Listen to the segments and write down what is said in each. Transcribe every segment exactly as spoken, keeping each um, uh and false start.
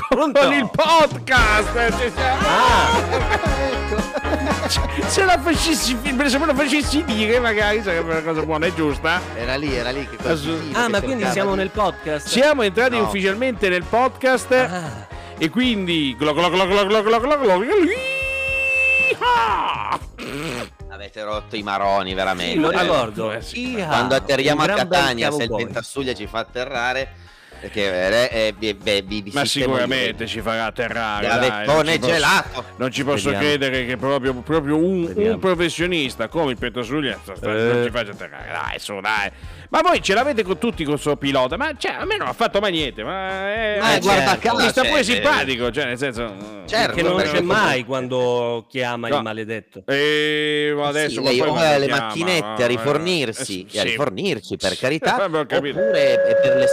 con no. il podcast. Cioè, Ah, se la facessi, se me la facessi dire, magari sarebbe una cosa buona e giusta. Era lì, era lì che cosa Assolut- ah, ma quindi siamo nel podcast? Siamo entrati No. ufficialmente nel podcast. Ah. E quindi glo glo glo glo glo glo glo glo glo- ah! Avete rotto i maroni, veramente. Sì, lo Allora, ricordo. eh, sì. Iha, Quando atterriamo un a gran bel Catania, se il cowboy. Pentasuglia ci fa atterrare, perché eh, eh, beh, beh, vi- vi Ma sistemo sicuramente ci farà atterrare. io. dai, non Gavettone ci posso- gelato. Non ci posso Vediamo. credere che proprio, proprio un, Vediamo. un professionista come il Pentasuglia sta- sta- Eh. non ci faccia atterrare. Dai, su, dai. Ma voi ce l'avete con tutti con suo pilota? Ma cioè, a me non ha fatto mai niente. Ma è, Ma è- guarda certo. caso, mi sta pure cioè, simpatico. Cioè, nel senso. Certo, Che non perché c'è come- mai quando chiama No. il maledetto. E adesso Sì, ma lei poi ora quando le chiama, macchinette a eh, rifornirsi, eh, e a sì. rifornirci per carità, Vabbè, ho capito. oppure per le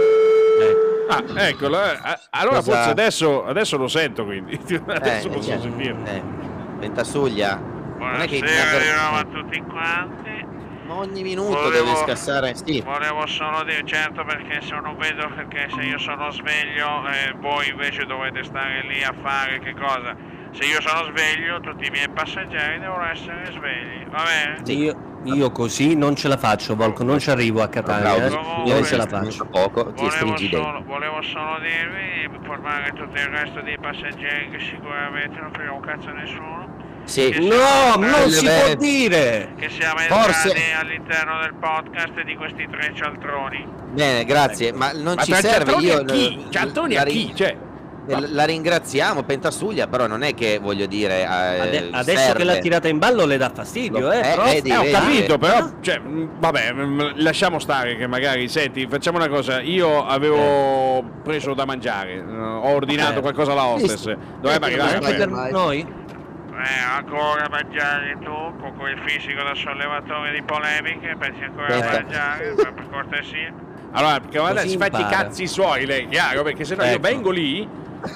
scatole. Ah, eccolo. eh. Ah, Allora Cosa- forse adesso, adesso lo sento, quindi. Adesso Eh, posso eh, sentire. eh. Pentasuglia, non è che Buonasera di nuovo a tutti quanti. ma ogni minuto Volevo- deve scassare. Sì, Volevo solo dire, certo, perché se non vedo che se io sono sveglio e voi invece dovete stare lì a fare che cosa? Se io sono sveglio, tutti i miei passeggeri devono essere svegli, va bene? Sì. Io, io così non ce la faccio, Volco, non ci arrivo a Catania. bravo, eh. Comunque, Io non ce la ti faccio. stringo poco, ti Volevo stringi dentro. solo, volevo solo dirvi, informare tutto il resto dei passeggeri che sicuramente non frega un cazzo a nessuno. Sì. Che No, siamo non si Beh, può dire! Che siamo Forse- entrati all'interno del podcast di questi tre cialtroni. Bene, grazie, ma non Ma ci tra serve. cialtroni Io a chi? Cialtroni la a rin- chi? Cioè, La ringraziamo, Pentasuglia, però non è che voglio dire. eh, Ade- adesso serve. che l'ha tirata in ballo le dà fastidio, Lo- eh? eh, prof? vedi, Eh, ho vedi. capito, però, Ah. cioè, mh, vabbè, mh, lasciamo stare che magari, senti, facciamo una cosa, io avevo preso da mangiare, eh, ho ordinato Eh. qualcosa alla hostess, Visto. dovrebbe Eh, arrivare ma- a me. Per Vai. noi? Eh, ancora mangiare tu con quel fisico da sollevatore di polemiche, pensi ancora a Aspetta. mangiare, per per cortesia? Allora, perché guarda, Così si fa i impara. cazzi suoi lei, chiaro, perché se no io Ecco. vengo lì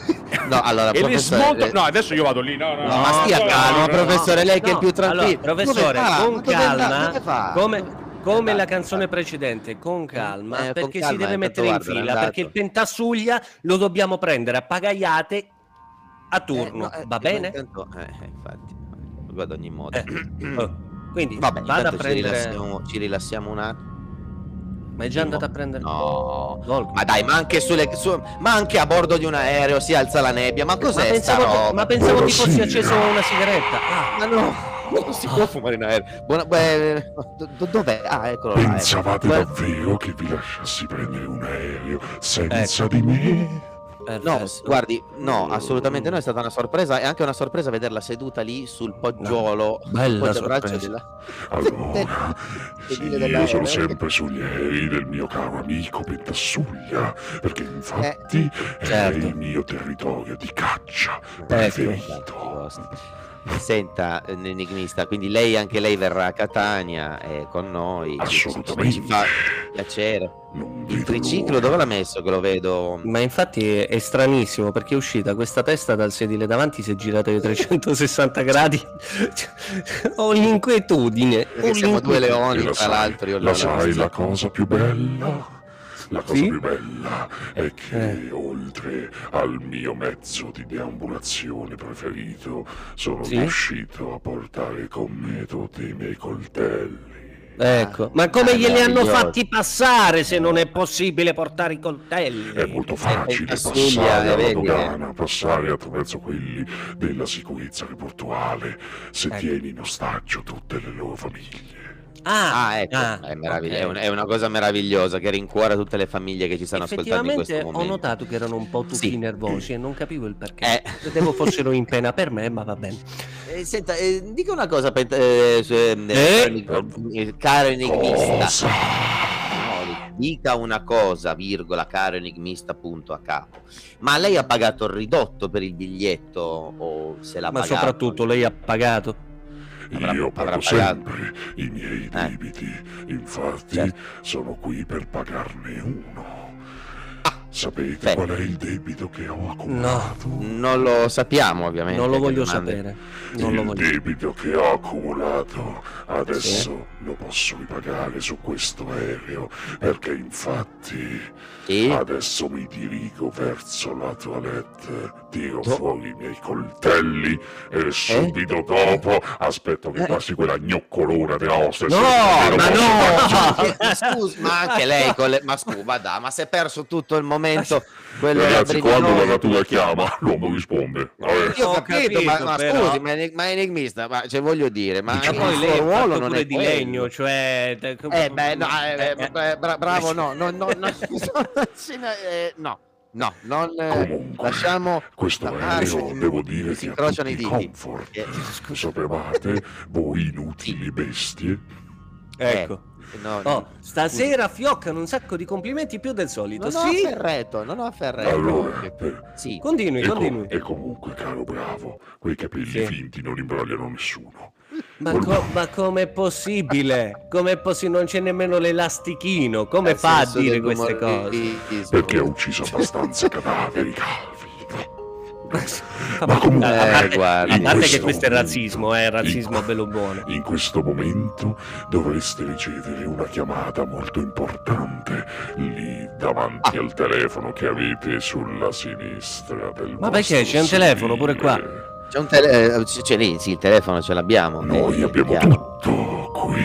No, allora, e le professore, smonto, eh, no, adesso io vado lì, no, no, No, ma stia no, calmo, no, no, professore, lei che è No, più tranquillo. allora, professore, Dove va? con Ma dove va? calma, Dove va? come, come Eh, la va, canzone va. precedente, con calma, Eh, con perché calma, si deve intanto mettere in guarda, è fila, andato. perché il Pentasuglia lo dobbiamo prendere a pagaiate a turno, Eh, no, eh, va eh, bene? intanto- eh, eh, infatti, lo ad ogni modo. Eh, oh, Quindi Vabbè, vado a intanto ci prendere... rilassiamo, ci rilassiamo un attimo. Ma è già andata a prendere... No, Volco. ma dai, ma anche sulle su- ma anche a bordo di un aereo si alza la nebbia. Ma Ma cos'è sta pensavo, roba? ma pensavo ti fossi Buonasera. acceso una sigaretta. Ah, Ma no, non si può fumare in aereo. Buona, beh, do- do- dov'è? Ah, eccolo là. ecco. Pensavate Beh, davvero che vi lasciassi prendere un aereo senza Ecco. di me? No, perfetto. guardi, no, assolutamente no, è stata una sorpresa. È anche una sorpresa vederla seduta lì sul poggiolo. Bella poggiabraccio sorpresa. della- Allora, Che sì, dire io dell'aereo? sono sempre sugli aerei del mio caro amico Pentasuglia, perché infatti è certo. il mio territorio di caccia Ecco. preferito. Senta, eh, enigmista, quindi lei, anche lei verrà a Catania eh, con noi. Assolutamente. Ci fa piacere. Non Il vedo triciclo l'ora. dove l'ha messo? Che lo vedo. Ma infatti è, è stranissimo perché è uscita questa testa dal sedile davanti, si è girata di trecentosessanta gradi. Ho l'inquietudine. Perché ho siamo due l'inquietudine. leoni, E la tra sai- l'altro. Io la lo- sai la cosa più bella? La cosa Sì? più bella è che Eh. oltre al mio mezzo di deambulazione preferito sono Sì? riuscito a portare con me tutti i miei coltelli. Ecco, ma come Ah, glieli hanno meraviglioso. fatti passare se non è possibile portare i coltelli? È molto facile Pentasuglia, passare alla vedi, dogana, passare attraverso quelli della sicurezza aeroportuale se Ecco. tieni in ostaggio tutte le loro famiglie. Ah, Ah, ecco, ah, è, meravigli- ok. è, un- è una cosa meravigliosa che rincuora tutte le famiglie che ci stanno ascoltando in questo Effettivamente ho momento. notato che erano un po' tutti Sì. nervosi e non capivo il perché. Eh. Credevo fossero in pena per me, ma va bene. Eh, senta, eh, dica una cosa, pent- eh, su- eh, Eh? caro enig- caro enigmista. Cosa? No, dica una cosa, virgola, caro enigmista, punto a capo. Ma lei ha pagato il ridotto per il biglietto o se l'ha Ma pagato? soprattutto lei ha pagato. Avrà- Io avrà pago pagato. sempre i miei Eh. debiti, infatti Certo. sono qui per pagarne uno. Ah, Sapete Beh. qual è il debito che ho accumulato? Non lo sappiamo, ovviamente. Non lo voglio che domande- sapere. Non lo Il voglio. debito che ho accumulato adesso lo posso ripagare su questo aereo, perché infatti Sì? adesso mi dirigo verso la toilette, tiro Do- fuori i miei coltelli e subito dopo aspetto che Eh? passi quella gnoccolona della hostess. No, e ma lo no! faccio. Ma scusa, ma anche lei con le... Ma scusa, ma dai, ma si è perso tutto il momento. Quello Ragazzi, quando la brillante. natura chiama, l'uomo risponde. Vabbè. Io ho Ho capito, ma, capito, ma però. scusi, ma, è, ma è enigmista, ma cioè, voglio dire, ma Ma anche poi il lei suo è ruolo fatto non pure è di quello. legno, cioè... Eh beh, no, eh, eh, bra- bra- bravo, no, no, no, no, eh, no, no, non eh, Comunque, lasciamo questo ah, aereo, sì, devo dire si che ha incrociano tutti i i diti. comfort. Eh, Sapevate, voi inutili bestie? Ecco. no, Oh, stasera fioccano un sacco di complimenti più del solito. non ho Sì? afferretto, non ho afferretto. Allora, Che- per- sì. Continui, E, com- continui. e comunque, caro bravo, quei capelli Sì. finti non imbrogliano nessuno. Ma, co- ma com'è possibile? Com'è possibile? Non c'è nemmeno l'elastichino. Come Nel fa a senso dire del queste cose? umorismo. Perché ha ucciso abbastanza cadaveri calvi. Ma Ma comunque, a parte, guardi. a in parte che questo questo è momento- razzismo, è razzismo in- bello buono. In questo momento dovreste ricevere una chiamata molto importante lì davanti al telefono che avete sulla sinistra del Ma perché? C'è un telefono pure qua? sedile. C'è un tele... eh, c- c'è lì, sì, il telefono ce l'abbiamo. Noi eh, abbiamo chiaro. tutto qui.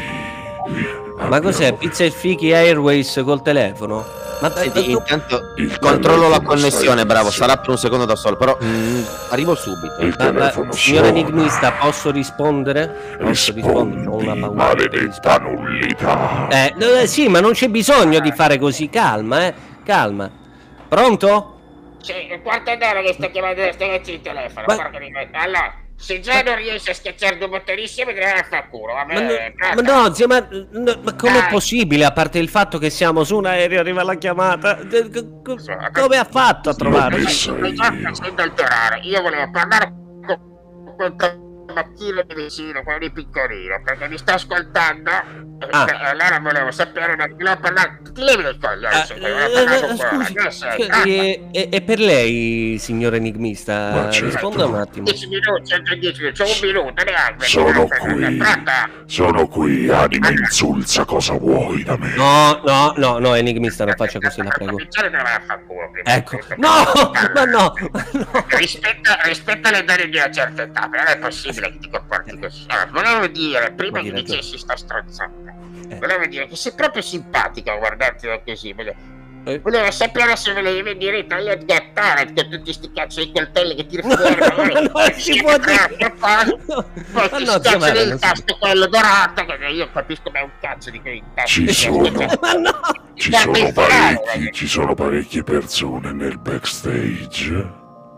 Ma cos'è? Pizza e Fichi Airways col telefono? Ma Senti, ma- intanto Il controllo la telefono connessione, sta bravo, in sarà per un secondo da solo, però mm, arrivo subito. Il ma- ma- telefono signor suona. Enigmista, posso rispondere? Posso rispondere? Ho una Rispondi, paura. maledetta nullità. Eh, no, eh, sì, ma non c'è bisogno di fare così, calma, eh. Calma. Pronto? Sì, un quarto d'ora che sto chiamando da sto il telefono. Ma- porca di me. Allora, se già non riesci a schiacciare due bottonissimi, mi devi a far culo. Va Ma, no, bene, ma no, zio, ma, no, ma com'è Dai. possibile, a parte il fatto che siamo su un aereo, arriva la chiamata? Eh, co- co- Come ha fatto a trovarci? Pensa Stai già io. facendo alterare. Io volevo parlare con quel mattino di vicino, quello lì piccolino, perché mi sta ascoltando. E Ah. e allora volevo sapere una... Volevo parlare... Ti levi le coglioni, Ah, se volevo parlare con quello. scusi, Che sei? scusi, e, e- e per lei, signor Enigmista, Ma certo. risponda un attimo. dieci minuti, c'è dieci minuti, c'ho un minuto neanche. Sono Pronto? qui. Sono qui, anima insulsa, cosa vuoi da me? No, no, no, no, Enigmista, non faccia così, la Per prego. cominciare te la vai a far culo prima. Ecco. No, ma no, ma no. Rispetta, rispetta le donne di una certa età, però non è possibile che ti comporti così. Allora, volevo dire, prima Ma che di dicessi sta stronzata, Eh. volevo dire che sei proprio simpatica a guardarti da così. Volevo, Eh. volevo sapere se volevi venire in Italia a Got con tutti sti cazzo di coltelli che tiri fuori. magari Ma non si può dire. qualcosa, No, poi ma ti no, zio schiacci Mario, lì il non si- tasto quello dorato, che io capisco ma è un cazzo di quei tasti. Ci sono. Ma no. Ci Guarda sono il fare, parecchi, ci sono parecchie persone nel backstage.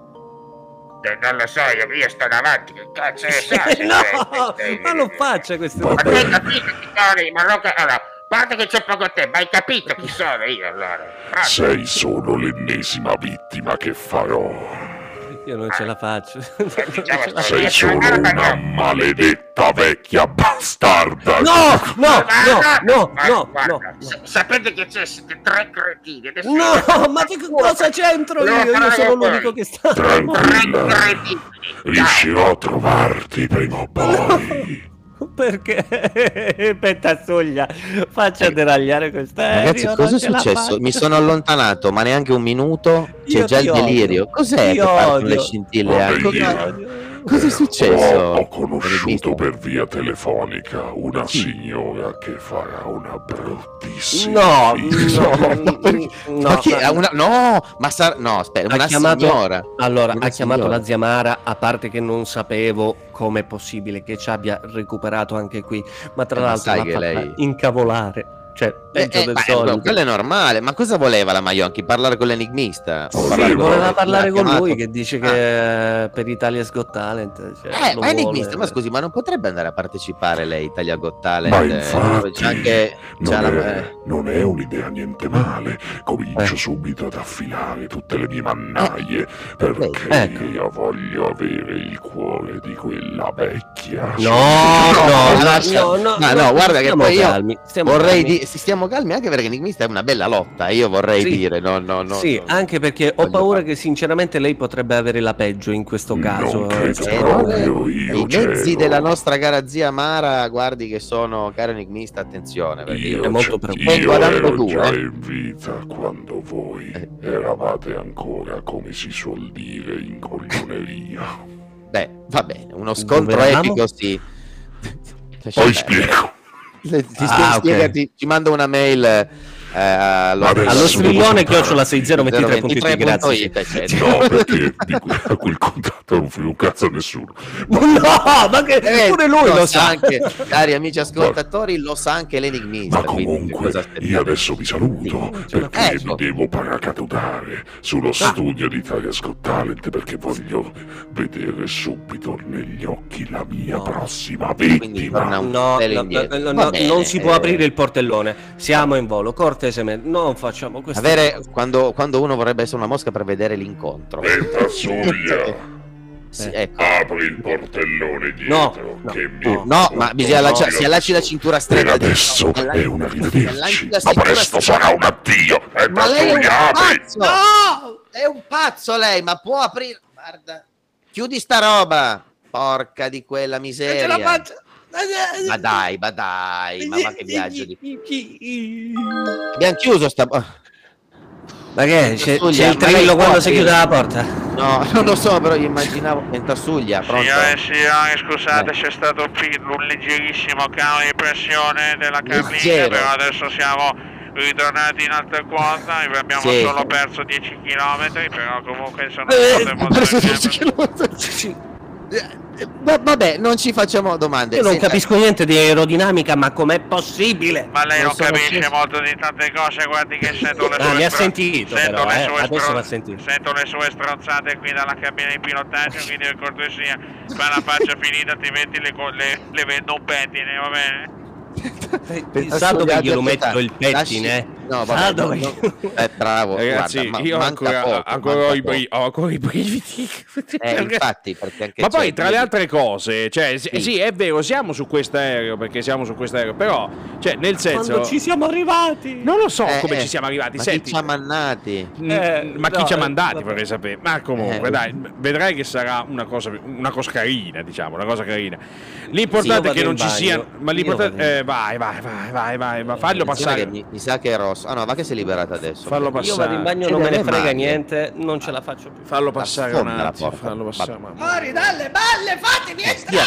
Eh, non lo so, io, io sto davanti, che cazzo ne so? se No, sei- ma non faccia queste Va Ma tu hai bene. capito chi sono io? Ma non che... Allora, a parte che c'ho poco tempo, hai capito chi sono io allora? Pronto? Sei solo l'ennesima vittima che farò. Io non ce la faccio. diciamo sto- Sei solo una maledetta vecchia bastarda. No, no, no, no, Ma no, guarda, no. sa- sapete che c'è? Siete tre cretini. Adesso No, ma che cosa c'entro io? Io sono l'unico che sta. Tre Tranquilla, cretini. riuscirò a trovarti prima o poi. Perché? Pentassuglia, faccia deragliare quest'aereo. Ragazzi, non cosa è ce la successo? faccio. Mi sono allontanato, ma neanche un minuto. C'è Io già ti il odio. delirio. Cos'è Ti che partono le odio. scintille? Vabbè, anche? io- Odio. Cosa è Ho, successo? ho conosciuto Enigmista? per via telefonica una Sì. signora che farà una bruttissima No, figura. no, no, ma chi no. è? Una... No, ma sa... no, aspetta, Ha una chiamato- signora. Allora, Una ha chiamato signora. la zia Mara, a parte che non sapevo come è possibile che ci abbia recuperato anche qui, ma tra Eh, ma l'altro sai l'ha che fatta lei- incavolare, cioè Eh, peggio eh, del ma, solito. eh, quello è normale. Ma cosa voleva la Maionchi? Parlare con l'enigmista? O Voleva- parlare con- Voleva parlare l'ha con chiamato? lui che dice che per Italia's Got Talent cioè, Eh, lo ma enigmista, vuole. ma scusi, ma non potrebbe andare a partecipare lei, Italia Got Talent? Ma Eh, infatti, c'è anche... c'ha non, la- è, eh. non è un'idea niente male. Comincio Eh. subito ad affilare tutte le mie mannaie perché Ecco. io voglio avere il cuore di quella vecchia. No, no, no, lascia- no, no, ma no, no, guarda che stiamo poi io calmi, stiamo vorrei calmi. di... stiamo stiamo calmi anche perché Enigmista è una bella lotta, io vorrei Sì. dire, no, no, no. Sì, no. anche perché ho Voglio paura fare- che sinceramente lei potrebbe avere la peggio in questo caso. Non credo Eh, proprio, I io mezzi c'ero. della nostra cara zia Mara, guardi che sono, caro Enigmista, attenzione, perché io... È molto c'è- preoccupante. io Vengo ero tu, già eh. in vita quando voi Eh. eravate ancora, come si suol dire, in coglioneria. Beh, va bene, uno scontro Dove eravamo? epico, sì. Poi spiego. Le- Ti Ah, spiego, ok. spiegati, ci mando una mail eh, allo, Adesso Allo Sì, strillone sì. chiocciola sei zero ventitré punto it, grazie. eccetera. No, perché di que- a quel contatto non frega un cazzo a nessuno. No, ma che Eh, pure lui lo sa. anche, cari amici ascoltatori, lo sa anche l'enigmista. Ma quindi che comunque cosa aspettate? io adesso vi saluto perché Ecco. mi devo paracadutare sullo studio di Italia's Got Talent perché voglio vedere subito negli occhi la mia prossima Quindi torna vittima. un No, pelo no, indietro. no, Va no, bene, non si può eh, aprire il portellone. Siamo in volo, cortesemente, non facciamo questo. Avere quando, quando uno vorrebbe essere una mosca per vedere l'incontro. Senta Suglia, Sì, Eh. ecco. apri il portellone No, dietro no, che no. mi... No, ma bisogna no, allaccia- no. si allacci la cintura Per stretta. adesso Alla- è un arrivederci, allacci la ma cintura presto stretta. sarà un addio. E Ma da lei è un Suglia apri. pazzo! No! È un pazzo lei, ma può aprire... Guarda, chiudi sta roba! Porca di quella miseria. Ma dai, ma dai, ma, ma che viaggio di... Abbiamo chiuso sta... Ma che c'è, Suglia, c'è il ma lei trillo può quando si aprire? chiude la porta? No, non lo so, però io immaginavo... Ventassuglia, pronto? Signore e signori, scusate, Eh. c'è stato un, pi- un leggerissimo calo di pressione della carlinga, Leggero. però adesso siamo ritornati in alta quota, abbiamo Sì. solo perso dieci chilometri, però comunque sono Eh, state ha molto perso insieme. dieci chilometri. Eh, va- Vabbè, non ci facciamo domande. Io non Senta, capisco niente di aerodinamica, ma com'è possibile? Ma lei Non non sono capisce sceso. molto di tante cose, guardi che sento le Ah, sue mi ha stro- sentito sento però, le eh. sue Adesso stro- mi ha sentito. sento le sue stronzate qui dalla cabina di pilotaggio, quindi per cortesia fa la faccia finita, altrimenti le, co- le, le vendo un pettine, va bene? Sa dove glielo aspetta, metto il pettine? lasci- No, Sa vabbè, dove? no, no. Eh, bravo, Ragazzi, guarda, ma io manca ancora, poco, ancora manca ho, i poco. bri- ho ancora i brividi. Eh, infatti, perché anche Ma c'è- poi tra le altre cose, cioè, sì, Sì. sì, è vero, siamo su quest'aereo perché siamo su quest'aereo, però, cioè, nel senso, Quando ci siamo arrivati? non lo so Eh, come eh, ci siamo arrivati. Ma Senti, chi ci ha mannati? mm, Eh, ma chi no, ci ha eh, mandati vabbè. vorrei sapere. Ma comunque, Eh. dai, vedrai che sarà una cosa, una cosa carina, diciamo, una cosa carina. Sì, L'importante io è che vado non in ci bagno. siano. Ma Io l'importante. vado in- Eh, vai, vai, vai, vai, vai, ma fallo Attenzione passare. che Mi, mi sa che è rosso. Ah no, va che si è liberata adesso. Fallo Io passare. vado in bagno, Ci non me ne deve frega male. niente, non ce la faccio più. Fallo passare un Sfonda la attimo. porta. Fallo passare. Va- ma- Fuori dalle balle, fatemi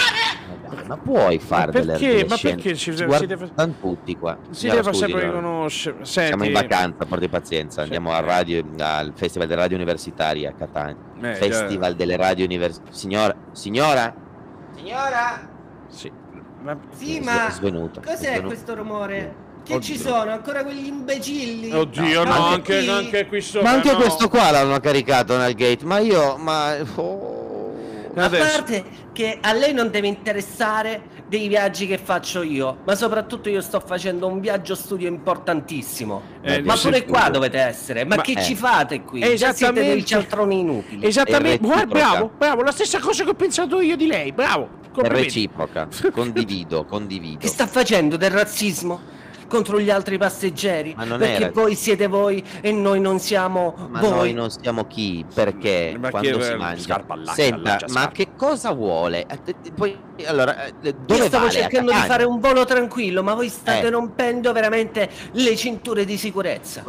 Stia- Ma puoi fare Ma delle perché? delle Ma scene? perché ci- Ci si guardano deve- tutti qua. Si Signora, deve scusi, sempre no. riconoscere. Siamo in Senti, vacanza, porti pazienza. Andiamo al radio, al Festival delle Radio Universitarie a Catania. Eh, Festival delle Radio Universitarie. Signora, signora? Signora? Sì. Ma- Sì, È ma svenuta, è cos'è svenuta. questo rumore? Che Oddio. ci sono? Ancora quegli imbecilli? Oddio, no, Ma anche, qui- anche qui sopra. Ma anche no. questo qua l'hanno caricato nel gate, ma io, ma... oh. A Adesso- parte che a lei non deve interessare dei viaggi che faccio io, ma soprattutto io sto facendo un viaggio studio importantissimo. Eh, ma sì, pure sì. qua dovete essere. Ma, Ma- che eh. ci fate qui? Già siete Esattamente. dei cialtroni inutili. Esattamente, È guarda, reciproca. bravo, bravo, la stessa cosa che ho pensato io di lei, bravo. È Complimenti. reciproca, condivido, condivido. Che sta facendo del razzismo contro gli altri passeggeri? Ma non Perché era- voi siete voi e noi non siamo Ma voi. noi non siamo chi, perché Ma quando che- si eh, mangia. scarpa allaccia, Senta, allaccia, ma scarpa. che cosa vuole? Eh, eh, Poi, allora, eh, dove Io stavo va lei? A cercando di Catania? fare un volo tranquillo, ma voi state Eh. rompendo veramente le cinture di sicurezza.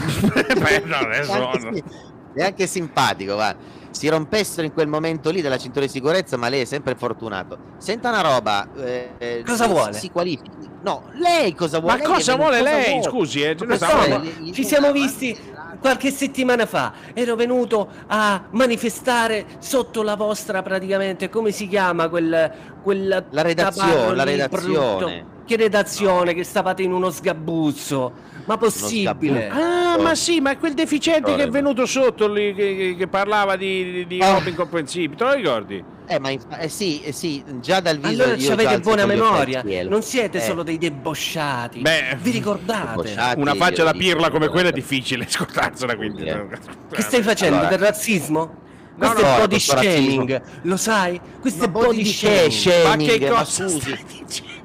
Beh, no, adesso È anche, no. si- è anche simpatico, va. Si rompessero in quel momento lì della cintura di sicurezza, ma lei è sempre fortunato. Senta una roba. eh, eh, Cosa si- vuole? Si qualifichi. No, lei cosa vuole? Ma Lei cosa deve- vuole cosa lei? vuole? Scusi, eh, Ma noi insomma, stavamo- gli- gli- Ci siamo gli- visti qualche settimana fa. Ero venuto a manifestare sotto la vostra, praticamente, come si chiama quel... quel La redazione, tabarro la lì redazione. brutto? Che redazione? Che stavate in uno sgabuzzo. Ma possibile? sgabuzzo. Ah, ma sì, ma è quel deficiente che è Sorry. venuto sotto lì, che, che- che parlava di, di, di Ah. robe incomprensibili, te lo ricordi? Eh, ma inf- eh, sì, eh, sì, già dal viso Allora io ci già avete alzo buona con gli occhi al memoria, cielo. non siete Eh, solo dei debosciati. Beh, Vi ricordate? debosciati. Una faccia da io pirla dico, come quella è guarda. difficile scordarsela, quindi. Eh. Che stai facendo? Allora- Del razzismo? No, Questo no, è è body questo razzismo. shaming, lo sai? Questo Ma è body di che shaming. Ma shaming? che Ma cosa scusi. stai dicendo?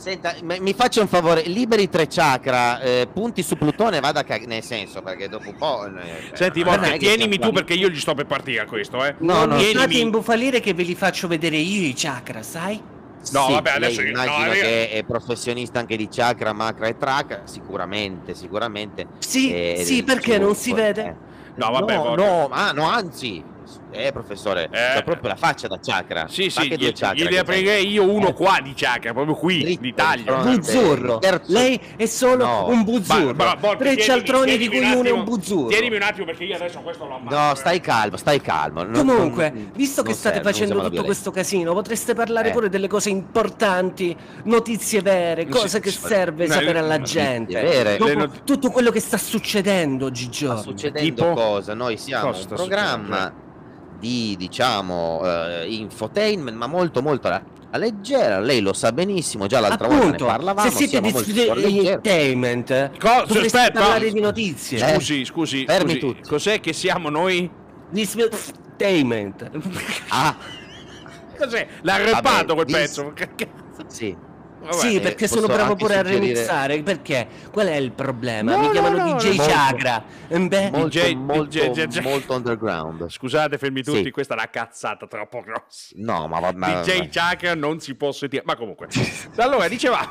Senta, m- mi faccia un favore, liberi tre chakra, eh, punti su Plutone, vada a cag- nel senso, perché dopo un po'... eh, Senti, non è Morte, che tienimi sia- tu perché io gli sto per partire a questo, eh. No, non Tienimi- state imbufalire che ve li faccio vedere io i chakra, sai? No, Sì, vabbè, adesso lei io- immagino no, io- che è professionista anche di chakra, macra e traka, sicuramente, sicuramente. Sì, Eh, sì, del perché non si sviluppo, vede? eh. No, vabbè, no, Morte. no, ah, no, anzi, eh, professore, Eh. c'ha proprio la faccia da chakra. Sì, Sa sì, che due gli, chakra glieli che aprirei io uno Eh. qua di chakra, proprio qui, Dritto, di taglio. di fronte. Buzzurro. Terzo- Lei è solo No. un buzzurro. Ma- ma- Morte, Tre tienimi- cialtroni di tienimi cui un uno è attimo- un buzzurro. Tienimi un attimo perché io adesso questo lo ammazzo. No, eh. stai calmo, stai calmo. Non- Comunque, non- visto che non state serve, facendo non usiamo tutto la questo casino, potreste parlare Eh. pure delle cose importanti, notizie vere, cose Sì, che sì, serve no, sapere le- alla notizie gente. vere. Dopo Le not- tutto quello che sta succedendo oggigiorno. Sta succedendo Tipo? cosa? Noi siamo Cosa un sta programma di, diciamo, eh, infotainment, ma molto molto alla alla leggera. Lei lo sa benissimo, già l'altra volta Appunto, ne parlavamo. se siete siamo di molto più leggeri. entertainment, Co- dovreste aspetta, parlare no. di notizie. Eh. Scusi, scusi, Fermi scusi, tutti. cos'è che siamo noi? Di entertainment. Ah, Cos'è? L'ha rappato quel vis- pezzo? Che cazzo? sì. Vabbè. Sì, eh, perché posso sono bravo anche pure a suggerire- remixare. Perché? Qual è il problema? No, Mi no, chiamano no, D J no. Chakra. Eh, beh, Molto, D J molto, D J molto underground. Scusate, fermi tutti, Sì. questa è una cazzata troppo grossa. No, ma va ma, D J Chakra non si può sentire. Ma comunque. Allora, dicevamo.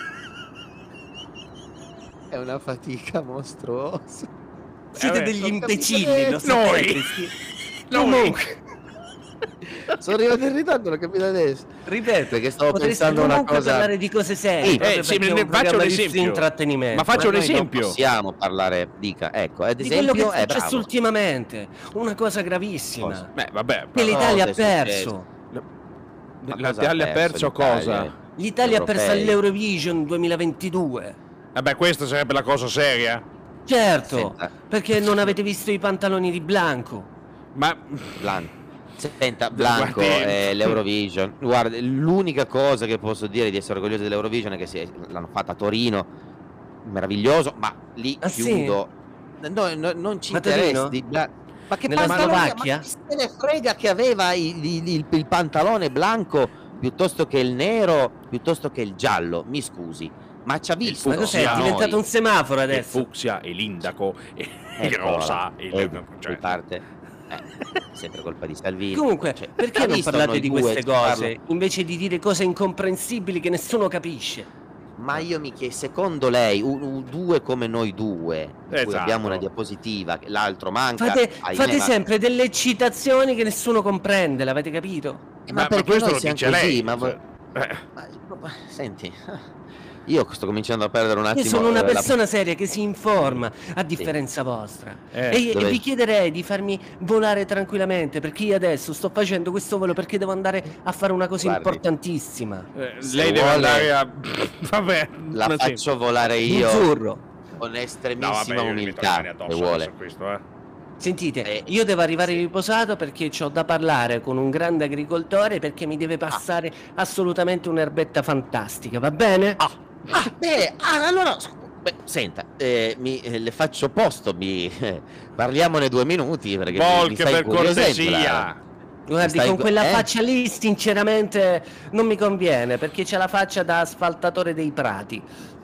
è una fatica mostruosa. siete eh, degli non imbecilli, capite lo Noi. sapete. sì. Noi. Comunque, Sono arrivato in ritardo, l'ho capito adesso. ripeto, Perché stavo potreste pensando una comunque cosa. parlare di cose serie. Sì. proprio Eh, sì, perché è ne un faccio programma un di esempio. intrattenimento. Ma faccio un noi non esempio. Possiamo parlare, dica, ecco, ad Di quello che esempio è è successo bravo. ultimamente, una cosa gravissima. Cosa? Beh, vabbè. Che però- l'Italia ha cosa è perso. Ma La cosa Italia ha perso l'Italia? cosa? L'Italia ha perso Europei. all'Eurovision duemilaventidue. Vabbè, questa sarebbe la cosa seria. Certo, Senta. perché non avete visto i pantaloni di Blanco. Ma. Blanco. Senta, Blanco, Guardi- eh, l'Eurovision. Guarda, l'unica cosa che posso dire di essere orgoglioso dell'Eurovision è che si- l'hanno fatta a Torino, meraviglioso, ma lì Ah, sì? chiudo. No, no, non ci Ma Torino? interessa di Bla- Ma che Nella pantalone- Slovacchia? Ma chi se ne frega che aveva il, il- il- il pantalone bianco piuttosto che il nero, piuttosto che il giallo? Mi scusi, ma ci ha visto? Ma cos'è? È Fucsia, diventato noi? un semaforo Il adesso. fucsia e l'indaco e il Ecco, rosa. e il- eh, cioè- di parte. Eh, sempre colpa di Salvini. Comunque, Cioè, perché ha non visto parlate noi di due queste ci cose parlo? invece di dire cose incomprensibili che nessuno capisce? Ma io mi chiedo, secondo lei, un, un due come noi due, di cui Esatto. abbiamo una diapositiva, l'altro manca. Fate, ahimè, fate ma- sempre delle citazioni che nessuno comprende, l'avete capito? Eh, Ma, ma ma perché questo noi lo siamo dice così, lei. ma- cioè, eh. ma- ma- senti, io sto cominciando a perdere un attimo. Io sono una eh, la- persona seria che si informa, a differenza vostra. Eh, e, e dove- vi chiederei di farmi volare tranquillamente, perché io adesso sto facendo questo volo perché devo andare a fare una cosa Guardi. importantissima. Eh, Se lei deve vuole- andare a. Vabbè, La ma sì. faccio volare io Buzzurro. con No, estremissima vabbè, io mi metto le umiltà, mani se addosso vuole. adesso a questo, eh. Sentite, Eh, io devo arrivare riposato perché ho da parlare con un grande agricoltore perché mi deve passare assolutamente un'erbetta fantastica, va bene? Ah, beh, ah, allora, scu- beh, senta, eh, mi, eh, le faccio posto, mi, eh, parliamone due minuti perché mi- mi Volche, stai per incuriosendo, la- cortesia. Guardi, stai- con quella eh? faccia lì sinceramente non mi conviene perché c'è la faccia da asfaltatore dei prati.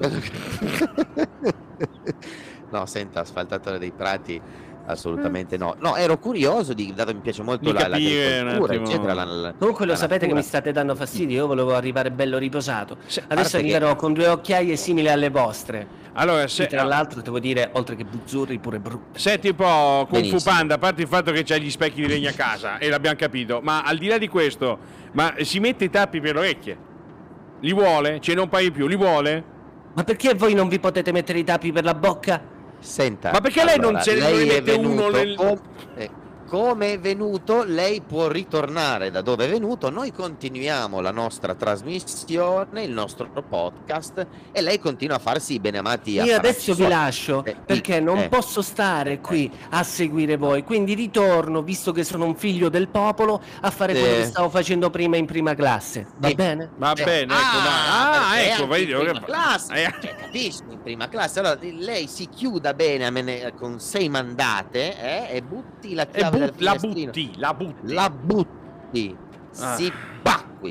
No, senta, asfaltatore dei prati, assolutamente no. No, ero curioso di, dato che mi piace molto Di la, capire un l'agricoltura, attimo. eccetera. la- la- Comunque lo la sapete che natura. mi state dando fastidio, io volevo arrivare bello riposato. Se- a Adesso parte che- arriverò con due occhiaie simili alle vostre. Allora, E se, tra l'altro devo dire, oltre che buzzurri, pure brutti. senti un po', Kung Fu Benissimo. Panda, a parte il fatto che c'hai gli specchi di legno a casa, e l'abbiamo capito, ma al di là di questo, ma si mette i tappi per le orecchie? Li vuole? Ce ne un paio in più, li vuole? Ma perché voi non vi potete mettere i tappi per la bocca? Senta, Ma perché lei non se ne lei è mette uno venuto nel- com- eh, come è venuto, lei può ritornare da dove è venuto. Noi continuiamo la nostra trasmissione, il nostro podcast, e lei continua a farsi i beneamati. Io apparati adesso vi suoi. lascio Eh, perché non eh. posso stare qui a seguire voi, quindi ritorno, visto che sono un figlio del popolo, a fare quello Eh. che stavo facendo prima in prima classe. Va Eh. bene? Va Cioè, bene, ecco, ah, ma- ah, perché ecco, anche vedi, in prima che- classe, eh. cioè, capisci, in prima classe. Allora lei si chiuda bene a mene- con sei mandate eh, e butti la E chiave but- dal la finestrino. butti, la butti. La butti, Ah. si bacqui.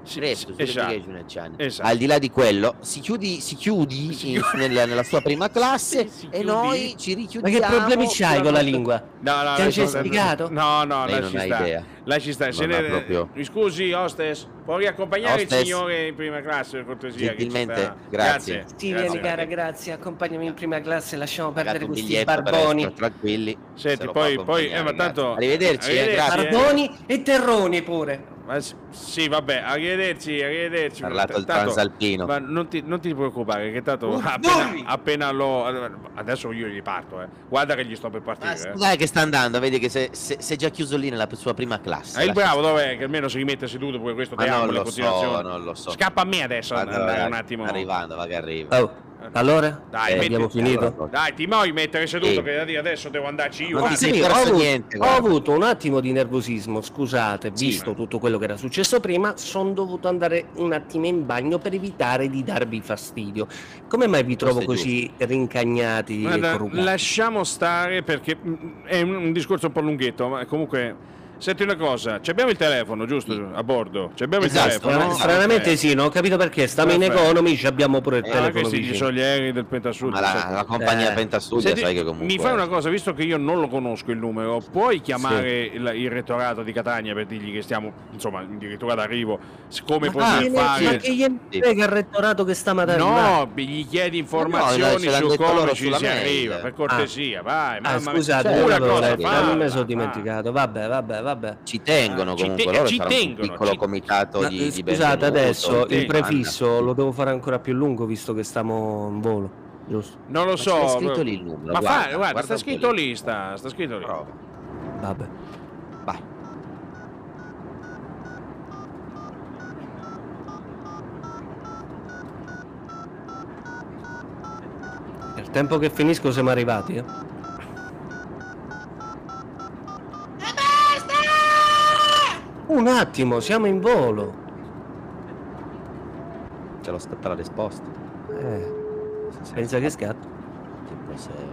Scritto sì, sull'Education Channel. esatto. Al di là di quello, si chiudi, si chiudi Si in- chiudi. nella, nella sua prima classe Sì, si e chiudi. noi ci Ma richiudiamo. che problemi c'hai con la nostra- lingua? No, no, Ti lasci hanno stare. spiegato? No, no, Lei lasci non ha stare. idea. Lasci stare. Se Non ha ne- proprio- Mi scusi, hostess, puoi accompagnare Hostess. il signore in prima classe, per cortesia? che ci Gentilmente, sta? grazie. Sì, Grazie. vieni cara, grazie, accompagnami in prima classe, lasciamo Pagato perdere un questi biglietto per barboni. essere tranquilli. Senti, se lo poi- fa poi- eh, accompagnare, ma tanto- grazie. Arrivederci, eh, Arrivederci. grazie. Barboni e terroni pure. Ma s- sì, vabbè, arrivederci, arrivederci. Parlato il Tanto- transalpino. Ma non ti, non ti preoccupare, che tanto Oh, appena, dormi! appena lo. Adesso io gli parto, eh. Guarda che gli sto per Ma partire. Eh. dai che sta andando, vedi che se- se- si è già chiuso lì nella sua prima classe. Ah, il lascia bravo stare. dov'è? Che almeno si rimette seduto, pure questo Ma te amo non le lo continuazioni. so, non lo so. Scappa a me adesso, Guarda, andare guarda, un attimo. Arrivando, va che arriva. Oh, allora? Dai, Eh, metti- abbiamo finito? allora, Dai, ti muovi mettere seduto, Sì. che da dire adesso devo andarci io. Non guarda. ti sei Sì, perso ho avuto, niente, ho guarda. avuto un attimo di nervosismo, scusate, Sì. visto tutto quello che era successo prima, sono dovuto andare un attimo in bagno per evitare di darvi fastidio. Come mai vi trovo Questo è così rincagnati e Guarda, corrugati? lasciamo stare perché mm, è un, un discorso un po' lunghetto, ma comunque. Senti una cosa, ci abbiamo il telefono, giusto? Sì. A bordo? Ci abbiamo Esatto, il telefono? Strana- no? stranamente Ok. sì, non ho capito perché, stiamo in Perfetto. economy, ci abbiamo pure il Eh, Ah, telefono questi vicino. sono gli aerei del Pentasud. Ma la, la compagnia Eh. Pentastudio Senti, sai che comunque mi fai una cosa, visto che io non lo conosco il numero, puoi chiamare il, il rettorato di Catania per dirgli che stiamo, insomma, addirittura d'arrivo, s- come Ma poter che, fare... ma che gli Sì. frega il rettorato che sta mattina? No, gli chiedi informazioni No, no, ce l'hanno su detto come loro ci sulla si mail. arriva, per cortesia, vai, Ah, mamma mia. scusate, Cioè, non una l'avevo cosa letto, falla, non mi sono va. dimenticato. Vabbè, vabbè, vabbè. ci tengono Ah, ci comunque te- loro ci saranno un tengono, piccolo ci- comitato Ma, di, eh, di scusate, benvenuto, adesso di il banda. prefisso lo devo fare ancora più lungo visto che stiamo in volo, giusto? Non lo Ma so. c'è scritto lì il numero, Ma guarda, fa, guarda, guarda sta un po' scritto lì. lì, sta, sta scritto lì. Prova. Vabbè. Vai. Nel tempo che finisco siamo arrivati, eh? Un attimo, siamo in volo. Ce l'ho scattata la risposta. Eh, pensa che scatto. Che cos'è?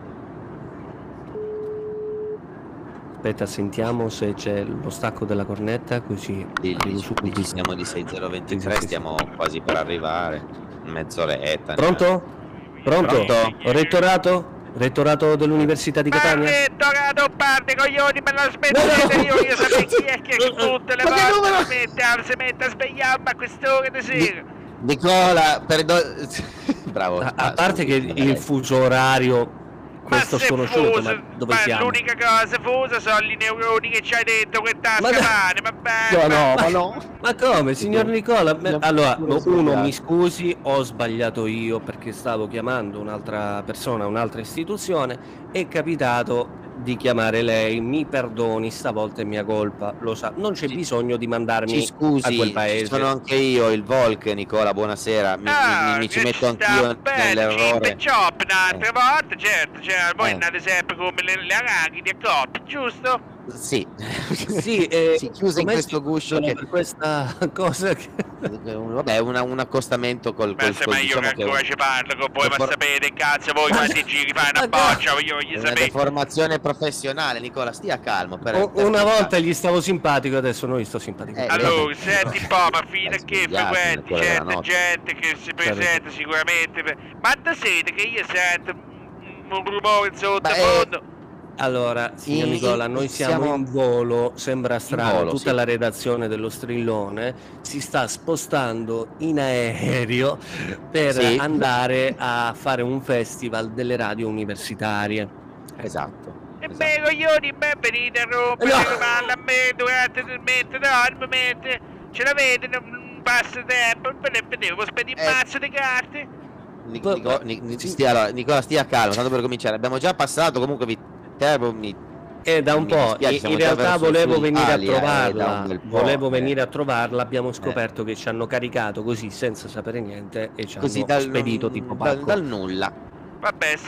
Aspetta, sentiamo se c'è lo stacco della cornetta, così Lì, arrivo lì, subito. lì ci siamo di sei zero due tre, Sì, sì, sì. stiamo quasi per arrivare. Mezz'oretta. Pronto? Pronto? Pronto? Rettorato? Rettorato dell'Università di Catania? Rettorato, parte coglioni, me la smettete, io voglio sapere chi è che tutte le Ma che volte numero? si mette, ah, si mette a svegliarmi a quest'ora di sera. Nicola, perdo... Bravo. A, a Ah, parte che scusi, il eh. fuso orario, questo ma se sconosciuto, fuso, ma dove ma siamo? l'unica cosa fusa sono i neuroni che c'hai dentro che tasca Ma- pane, va bene. No, no, ma no. Ma come, signor Nicola? Beh, allora, non so uno, fare. mi scusi, ho sbagliato io perché stavo chiamando un'altra persona, un'altra istituzione, è capitato di chiamare lei, mi perdoni, stavolta è mia colpa, lo sa, non c'è Ci- bisogno di mandarmi Ci scusi, a quel ci paese. sono anche io, il Volk, Nicola, buonasera. Mi, Ah, mi- mi ci che metto sta anch'io bene, chip nell'errore. e chop un'altra Eh. volta, certo, cioè, voi Eh. andate sempre come le, le arachidi a coppie, giusto? Sì, Sì, eh, si chiusa in com'è questo guscio che... per questa cosa che... Vabbè, una- un accostamento col... Ma col, se col ma io diciamo che ancora ci parlo con voi, ma for- sapete cazzo voi Ma- quanti giri fai una Ma- boccia, io voglio una sapere. deformazione professionale, Nicola, stia calmo. Per, O- per una carità. volta gli stavo simpatico, adesso non gli sto simpatico. Eh, Allora, vabbè. senti un po', ma fino a Dai, che svegliati frequenti nel cuore della certa notte. gente che si presenta sicuramente. per- Ma da sede che io sento un, un rumore in sottofondo. Allora, signor In- Nicola, noi siamo, siamo- in volo, sembra strano, volo, tutta sì. la redazione dello Strillone si sta spostando in aereo per Sì. andare a fare un festival delle radio universitarie. Esatto. E esatto. beh, coglioni, me venite a rompere No. le palle a me durante il mentre dormo, mentre ce l'avete un passatempo, ve ne vedevo, spedi un Eh. mazzo di carte. Nic- Va- Nico- Nic- Nic- sì. stia, allora, Nicola, stia calmo, tanto per cominciare. Abbiamo già passato, comunque vi tervo, mi E da un Mi po', dispiace, in, siamo in già realtà verso volevo su venire a Italia, eh, da trovarla, un bel po', volevo eh. venire a trovarla, abbiamo scoperto che ci hanno caricato così senza sapere niente e ci così hanno dal, spedito tipo dal, pacco. dal nulla. Vabbè, senti Eh, un po',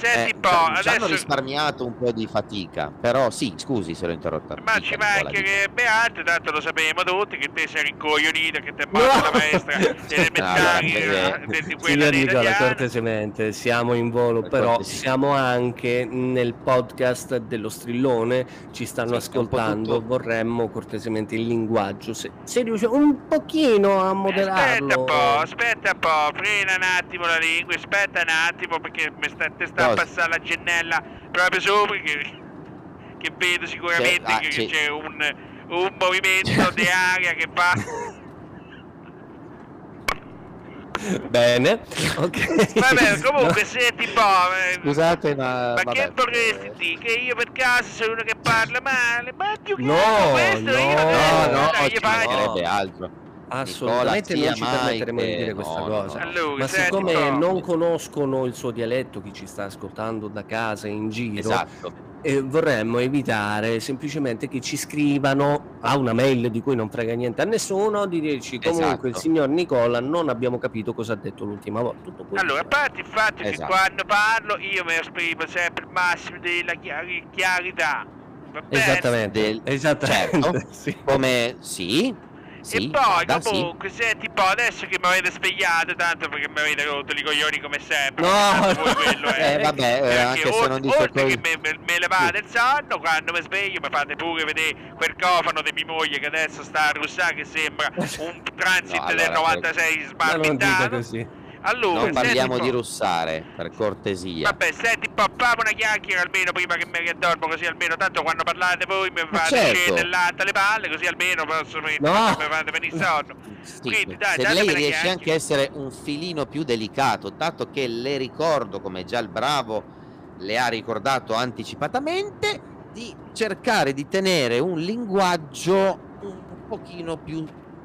po', ci hanno adesso... risparmiato un po' di fatica, però sì, scusi se l'ho interrotta. Ma Dica, ci Nicola, manca dica. che Beate, tanto lo sappiamo tutti, che te sei rincoglionito, che ti è morta la maestra delle elementari No, eh, no, di quella Signor di Nicola, italiano. cortesemente, siamo in volo, Per però cortesia. siamo anche nel podcast dello Strillone, ci stanno Sì, è un po' ascoltando, tutto- vorremmo cortesemente il linguaggio, se, se riusci un pochino a moderarlo. Aspetta un po', aspetta un po', frena un attimo la lingua, aspetta un attimo perché mi sta, te sta a Cosa? passare la gennella proprio sopra che, che vedo sicuramente C'è- ah, che c'è- c'è un, un movimento di aria che fa. Bene, ok. Vabbè, comunque senti un po'. eh, Scusate, ma... Ma vabbè, che vorresti eh, dire? Che io per caso sono uno che parla male? Ma più che No, altro questo no, io non No, è- no, dai, ci gli fai- mancherebbe altro. Assolutamente Nicola, non ci sia mai permetteremo di che- dire questa no, cosa. no, no. Allora, Ma senti siccome un po'. non conoscono il suo dialetto, chi ci sta ascoltando da casa in giro, Esatto. eh, vorremmo evitare semplicemente che ci scrivano a una mail di cui non frega niente a nessuno di dirci comunque Esatto. il signor Nicola non abbiamo capito cosa ha detto l'ultima volta. Tutto questo. Allora, a parte il fatto che Esatto. quando parlo io mi esprimo sempre il massimo della chiari- chiarità. Va bene? Esattamente, Del- esattamente. certo. Sì. Come... Sì? Sì, E poi vada, sì. comunque, senti un po', adesso che mi avete svegliato, tanto perché mi avete rotto i coglioni come sempre. No, tanto voi no. quello è. Eh, vabbè, eh, Perché anche se oltre, non dice oltre poi... che me, me, me levate il sonno, quando mi sveglio mi fate pure vedere quel cofano di mia moglie che adesso sta a russare che sembra un transit No, allora, del novantasei Ma non dica sbalbindato. così. Allora, Non parliamo senti di un po'. russare, per cortesia. Vabbè, senti un po', fammi una chiacchiera almeno prima che mi riaddormo, così almeno tanto quando parlate voi mi Ma fate certo. scendere l'alta le palle, così almeno posso mi, No. mi fate venire sonno. Sì, Quindi dai, se datemi lei una riesce chiacchiera. anche a essere un filino più delicato, dato che le ricordo, come già il bravo le ha ricordato anticipatamente, di cercare di tenere un linguaggio un pochino più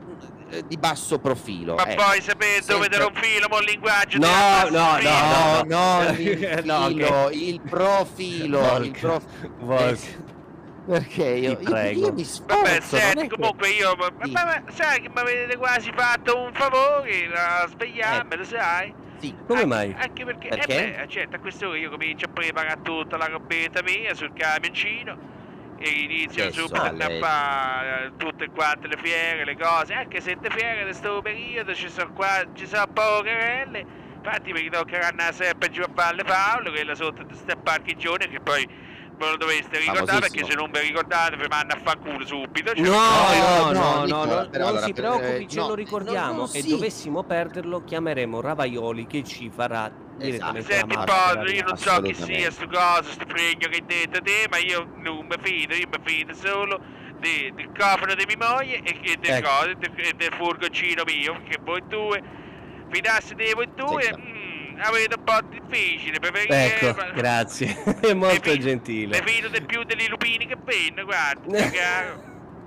eh, di basso profilo. Ma ecco. poi sapete dove Sempre- te lo filo, mo il linguaggio No, del- no, filo. no, No, no, il No, filo, ok. il profilo, Volca, il prof- Volca. Perché io, Ti io, prego. io mi sforzo, Vabbè, non senti, è che- comunque io... Ma, Sì. ma- ma sai che mi avete quasi fatto un favore a svegliarmi, lo sai? Sì. Come Anche- mai? Anche perché, Perché? Eh beh, certo, a quest'ora io comincio a preparare tutta la robetta mia sul camioncino e inizio Adesso, subito a lei- fare eh, tutte quante le fiere, le cose, anche se le fiere di questo periodo ci sono qua, ci sono poche. Infatti mi toccheranno sempre giù a fare le faule, quella sotto di ste parcheggione che poi ve lo dovreste ricordare perché Famosissimo. se non vi ricordate vi vanno a fa culo subito. Cioè, No, no, no, no, no, Nicola, no, però non allora, si per- preoccupi, eh, ce no, lo ricordiamo no, no, e sì. dovessimo perderlo chiameremo Ravaioli che ci farà direttamente Senti la un maschera. po', io non so chi assolutamente. sia sto coso, sto fregno che hai detto te, ma io non mi fido, io mi fido solo di- del cofano di mia moglie e, e del, Ecco. coso, e del, e del furgoncino mio, perché voi due, fidarsi di voi due, Sì, mm, avete un po' difficile, preferire... Ecco, grazie, è molto Mi fi- gentile. Mi fido di più degli lupini che venno, guarda, caro.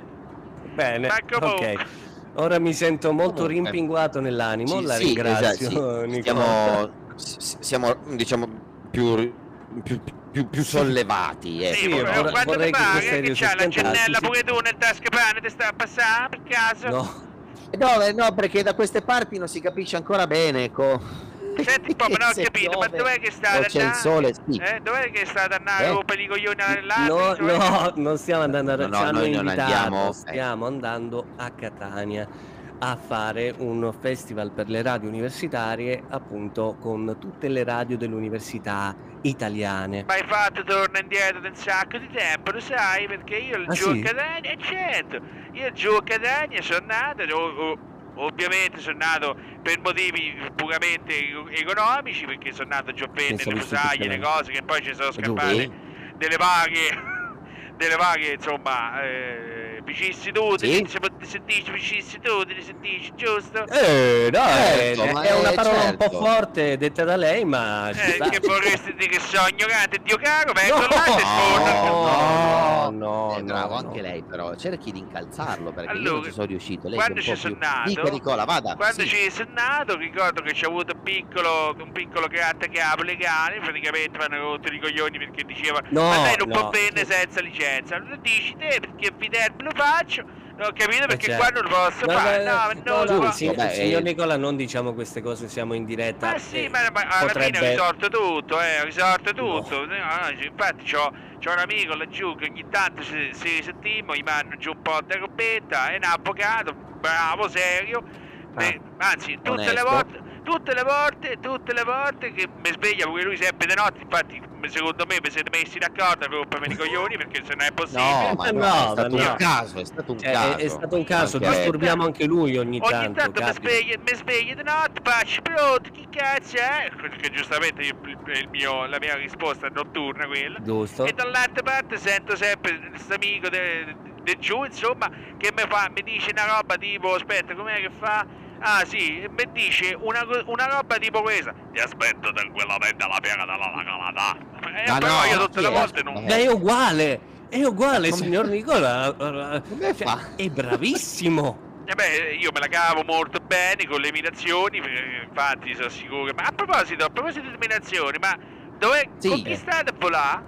Bene, Ma comunque. ok. Ora mi sento molto Comunque. rimpinguato nell'animo, Sì, la sì, ringrazio, esatto, sì. Nicola. Siamo, s- siamo diciamo più, più, più, più sollevati. Ecco. Sì, Sì, vorrei, ora- quando vorrei ti che pare questo che aereo c'ha si la schiantasse, gennella sì. pure tu nel tascapane, ti sta a passare per caso? No, No, eh, no, perché da queste parti non si capisce ancora bene, ecco. Senti un po', ma non ho Se capito, ma piove dov'è che sta o ad c'è il andare? sole, sì. Eh, dov'è che sta ad andare Eh. a rompere i coglioni no, all'altro? no, non stiamo andando a No, no, ci hanno noi non invitato, andiamo, eh. stiamo andando a Catania a fare un festival per le radio universitarie, appunto con tutte le radio delle università italiane. Ma hai fatto torna indietro da un sacco di tempo, lo sai? Perché io il Ah, giù sì? a Catania, eh, certo, io giù a Catania sono nato, o- o- ovviamente sono nato per motivi puramente e- economici, perché sono nato giù a vendere Pensavo le fosse musaglie, le tutto cose, che poi ci sono Giù, scappate eh? delle varie, delle varie, insomma, eh, vicissitudini, Sì. si, pot- si dice vicissitudini, si dice, giusto? Eh, no, Certo, è, ma è una è parola un certo. po' forte detta da lei, ma ci Eh, sta. che vorresti dire che sono ignorante, Dio caro, vengo No, là e No, no, no, no, è bravo no, anche no. lei, però cerchi di incalzarlo perché io Allora, non ci sono riuscito. Lei quando che è un ci po' sono più... nato, Dica Nicola, vada. quando sì. ci sono nato, ricordo che c'è avuto un piccolo, un piccolo grattacapo legale, praticamente mi hanno rotto i coglioni perché diceva No, ma lei non no. può vendere senza licenza. Allora dici te perché Fidel lo faccio, Ho capito perché certo. qua non lo posso No, fare. no, No, no, non no, lo no, posso. sì, Vabbè, signor eh. Nicola, non diciamo queste cose, siamo in diretta. Ma sì, eh, ma, ma alla potrebbe... fine ho risolto tutto, eh, ho risolto No. tutto. No, no, infatti c'ho, c'ho un amico laggiù che ogni tanto si, si sentimmo, gli mandano giù un po' di robetta, è un avvocato, bravo, serio. Beh, anzi, tutte onesto. le volte, tutte le volte, tutte le volte che mi sveglia pure lui sempre di notte, infatti secondo me vi siete messi d'accordo a rompermi i coglioni perché se non è possibile. No, ma no, No, è stato ma no. un caso, è stato un Cioè, caso. è, è stato un caso, Anche- disturbiamo anche lui ogni, Ogni tanto. tanto mi capita. sveglia, mi sveglia di notte, faccio pronto, chi cazzo è? Perché giustamente io- il mio, la mia risposta è notturna quella. Giusto. E dall'altra parte sento sempre questo amico di giù, insomma, che mi fa, mi dice una roba tipo, aspetta, com'è che fa? Ah sì, mi dice una, co- una roba tipo questa. Ti aspetto tranquillamente alla piega della località. E Ma però no, io tutte chi le è? volte non... Eh. Beh, è uguale, è uguale, Come- signor Nicola. Come Come fa? È bravissimo. E beh, io me la cavo molto bene con le imitazioni, perché infatti sono sicuro. Ma a proposito, a proposito di imitazioni, ma dove Sì. con chi state a volare?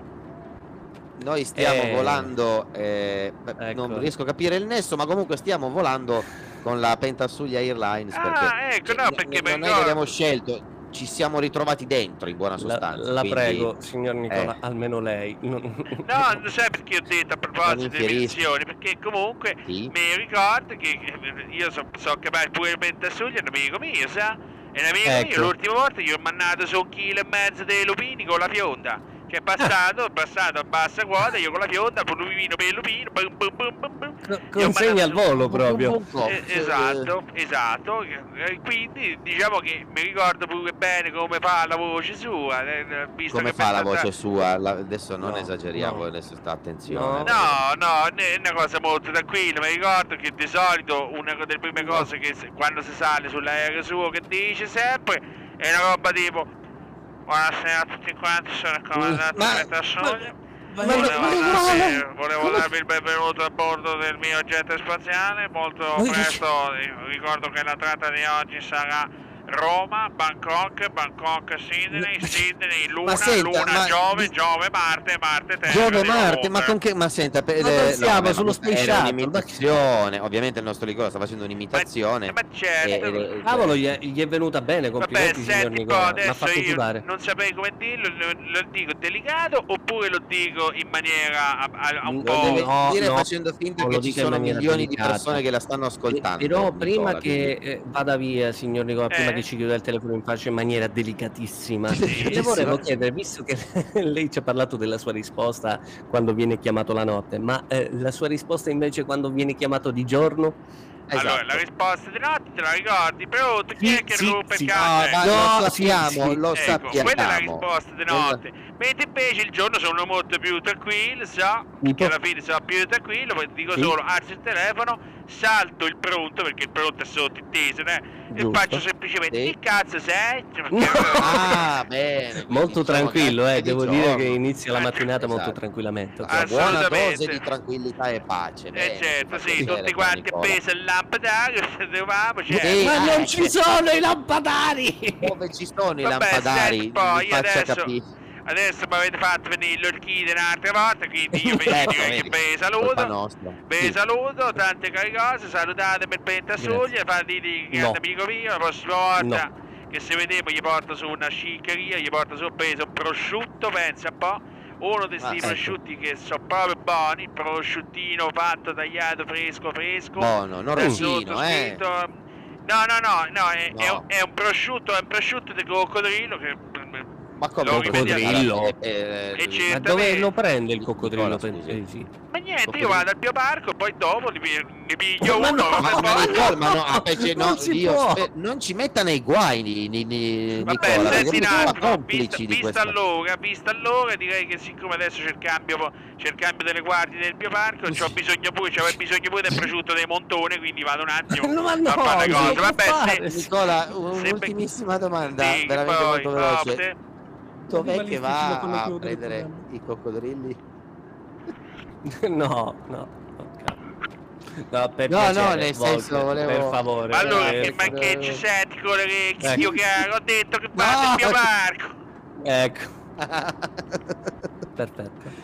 Noi stiamo Eh. volando, eh, beh, Ecco. non riesco a capire il nesso, ma comunque stiamo volando con la Pentasuglia Airlines. Ah, perché ecco, no, cioè, perché non mi è che ricordo- abbiamo scelto, ci siamo ritrovati dentro in buona La, sostanza. la quindi- prego, signor Nicola, Eh. almeno lei. Non- No, non sai perché ho detto a proposito Non di infierisci. imitazioni, perché comunque Sì. mi ricordo che che io so, so capace pure il Pentasuglia, è un amico mio, sa? È un amico Ecco. mio, l'ultima volta gli ho mandato su un chilo e mezzo di lupini con la fionda. Che è passato, è passato a bassa quota, io con la fionda, con lupino per lupino, bum, bum, bum, bum, bum. Co- Gli ho Consegna al mandato- volo proprio. Un po', Eh, cioè, esatto, esatto. E quindi diciamo che mi ricordo pure bene come fa la voce sua. eh, Visto Come che fa mi la sta- voce sua? La- adesso non No, esageriamo, no. adesso sta attenzione. No, no, è una cosa molto tranquilla. Mi ricordo che di solito una delle prime cose che se- quando si sale sull'aereo suo che dice sempre è una roba tipo buonasera a tutti quanti, sono il comandante Ma- Pentasuglia. ma- Volevo, ma- darvi, ma- volevo darvi il benvenuto a bordo del mio jet spaziale. Molto Ma- presto eh, ricordo che la tratta di oggi sarà Roma, Bangkok, Bangkok, Sydney, Sydney, Luna, senta, Luna, ma- Giove, Giove, Marte, Marte, Terra. Giove di Marte, ma nuovo. con che. Ma senta, per, Ma non eh, siamo vabbè, sullo ma Space era Shuttle, un'imitazione. Ovviamente il nostro Nicola sta facendo un'imitazione. Ma certo. e- e- Cavolo, gli è, gli è venuta bene, Vabbè, complimenti signor senti un po', Nicola. Mi ha adesso fatto io sudare. non saprei come dirlo, lo, lo dico delicato oppure lo dico in maniera a, a- a un No, po'... Lo deve no, dire no, facendo finta non che lo ci dica in sono maniera milioni delicata. di persone che la stanno ascoltando. Però prima Nicola, che quindi- eh, vada via, signor Nicola, prima Eh? che ci chiuda il telefono in faccia in maniera delicatissima, Sì, le volevo sì. chiedere, visto che lei ci ha parlato della sua risposta quando viene chiamato la notte, ma eh, la sua risposta invece quando viene chiamato di giorno? Allora, Esatto. la risposta di notte te la ricordi? Però tu chi Sì, è che sì, rompe sì. il No, cazzo? ma No, lo sì, sappiamo, sì. lo Ecco, sappiamo. quella è la risposta di notte. Mentre invece il giorno sono molto più tranquillo, so, Tipo? che alla fine sono più tranquillo, poi dico Sì. solo alzo il telefono, salto il pronto, perché il pronto è sottinteso, né? E Giusto. faccio semplicemente Sì. chi cazzo sei? Cioè, No. perché- Ah, bene. quindi, Molto diciamo, tranquillo, che eh, di devo giorno. dire che inizia la Eh, mattinata molto esatto. tranquillamente. Una buona Assolutamente. dose di tranquillità e pace. Eh bene, certo, fa sì, piacere, tutti caro quanti Nicola. appesi al lampadario, dovevamo, cioè... Sì. Ma Ah, non eh, ci che- sono i lampadari! Dove ci sono i Vabbè, lampadari? senti, poi Mi faccia adesso- capire. Adesso mi avete fatto venire l'orchidea un'altra volta, quindi io vi Ecco, dico che vedi, vi colpa saluto. nostra. Vi Sì. saluto, tante care cose, salutatemi il Pentasuglia, fate di No. grande amico mio, la prossima volta che se vediamo gli porto su una sciccheria, gli porto su peso un prosciutto, pensa un po'. Uno di questi Ah, ecco. prosciutti che sono proprio buoni, prosciuttino fatto, tagliato, fresco, fresco. Buono, non da rosino, sotto eh. scritto- No, no, no, no, è, No. è un, è un prosciutto, è un prosciutto di coccodrillo che... Ma come Lo un coccodrillo? Eh, eh, E c'è- Ma dove lo prende il coccodrillo? Nicola, per- scusi. eh, sì. Ma niente, io vado al bioparco, poi dopo ne, pi- ne piglio Ma uno. no, come Ma, ma, poi- Nicola, ma no, ah, perché no, Non si Dio, può. spe- non ci metta nei guai ni, ni, ni- Vabbè, Nicola, perché senti un noi siamo attimo, complici vista, di vista questa. allora, vista allora, direi che siccome adesso c'è il cambio, c'è il cambio delle guardie del bioparco, c'ho bisogno pure, c'avevo bisogno pure del prosciutto dei montone, quindi vado un attimo No, ma no, a fare le non cose. lo Vabbè, può se, fare. Nicola, Se- un'ultimissima domanda, sì, che veramente poi, molto veloce. opte. Dov'è che Animalistici lo va fanno a chiudere il prendere programma. i coccodrilli? No, no. ok. No, per No, piacere, no, nel senso, Walter, volevo- per favore. Ma allora, per che, ma favore. che ci senti con le orecchie, Ecco. io caro, ho detto che vado No. al bioparco. Ecco, perfetto.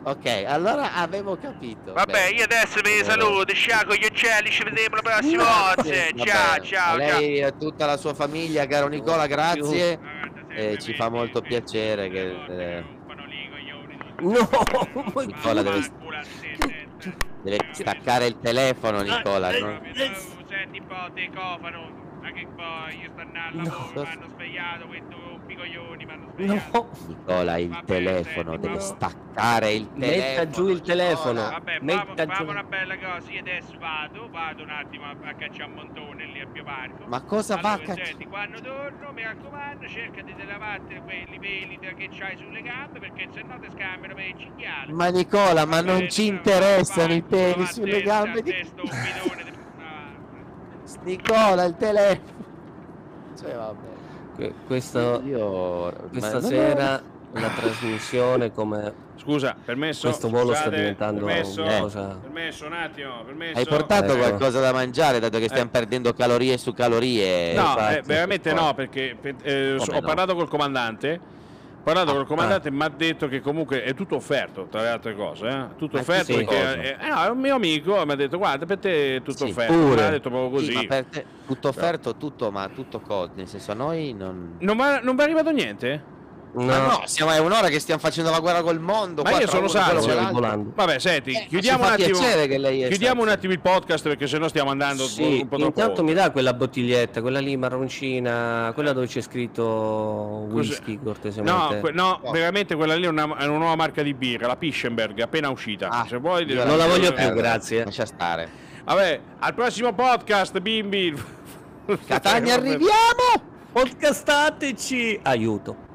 Ok, allora avevo capito. Vabbè, Bene. io adesso vi saluto, ciao gli uccelli, ci vediamo la prossima volta. Vabbè, Ciao, ciao, a lei e a tutta la sua famiglia, caro Nicola, grazie. Eh, ci fa molto piacere che eh, No, Nicola deve, deve staccare il telefono, Nicola. ciao. No? Senti un po' te cofano. Ma che poi io sto andando al lavoro, mi hanno svegliato, questo picoglioni, mi hanno svegliato. no. Nicola, il Vabbè, telefono, senti, deve no. staccare il telefono. Metta giù il telefono. Nicola. Vabbè, Metta famo, famo giù. una bella cosa, io adesso vado, vado un attimo a, a cacciare un montone lì a Bioparco. Ma cosa va a allora, cacciare? senti, quando torno, mi raccomando, cerca di te lavare quelli peli che c'hai sulle gambe, perché se no ti scambiano per il cinghiale. Ma Nicola, ma non Vabbè, ci no, interessano i vai, peli a sulle testa, gambe a di testa, un bidone di- Nicola, il telefono. Cioè, vabbè. Que- Questo, Io questa ma- sera la trasmissione come Scusa, permesso? questo volo sta Scusate, diventando permesso, una Eh. cosa. permesso un attimo, permesso. Hai portato Ecco. qualcosa da mangiare, dato che stiamo Eh. perdendo calorie su calorie? No, infatti. eh, veramente no, perché eh, Come ho no? parlato col comandante. Ho parlato Ah, col comandante, mi ha detto che comunque è tutto offerto, tra le altre cose, eh? Tutto Ma offerto che perché cosa? eh, eh, no, è un mio amico, mi ha detto guarda, per te è tutto Sì, offerto. pure. Mi ha detto proprio Sì, così. ma per te tutto offerto, tutto, ma tutto cosa? Nel senso, a noi non... Non va, non va arrivato niente? No, Ma no, siamo, è un'ora che stiamo facendo la guerra col mondo. Ma io quattro a sono uno, quello salvo. con stiamo l'altro. volando. Vabbè, senti, Eh, chiudiamo ci un fa attimo. piacere che lei è Chiudiamo un salvo. attimo il podcast perché sennò stiamo andando Sì, un po' troppo. intanto mi dà quella bottiglietta, quella lì marroncina, quella dove c'è scritto whisky No, cortesemente. que- no, No. veramente quella lì è una, è una nuova marca di birra, la Pischenberg, appena uscita. Ah, Se vuoi, io Non la voglio più, perdo, grazie. Lascia stare. Vabbè, al prossimo podcast, bimbi. Catania, arriviamo! Podcastateci! Aiuto.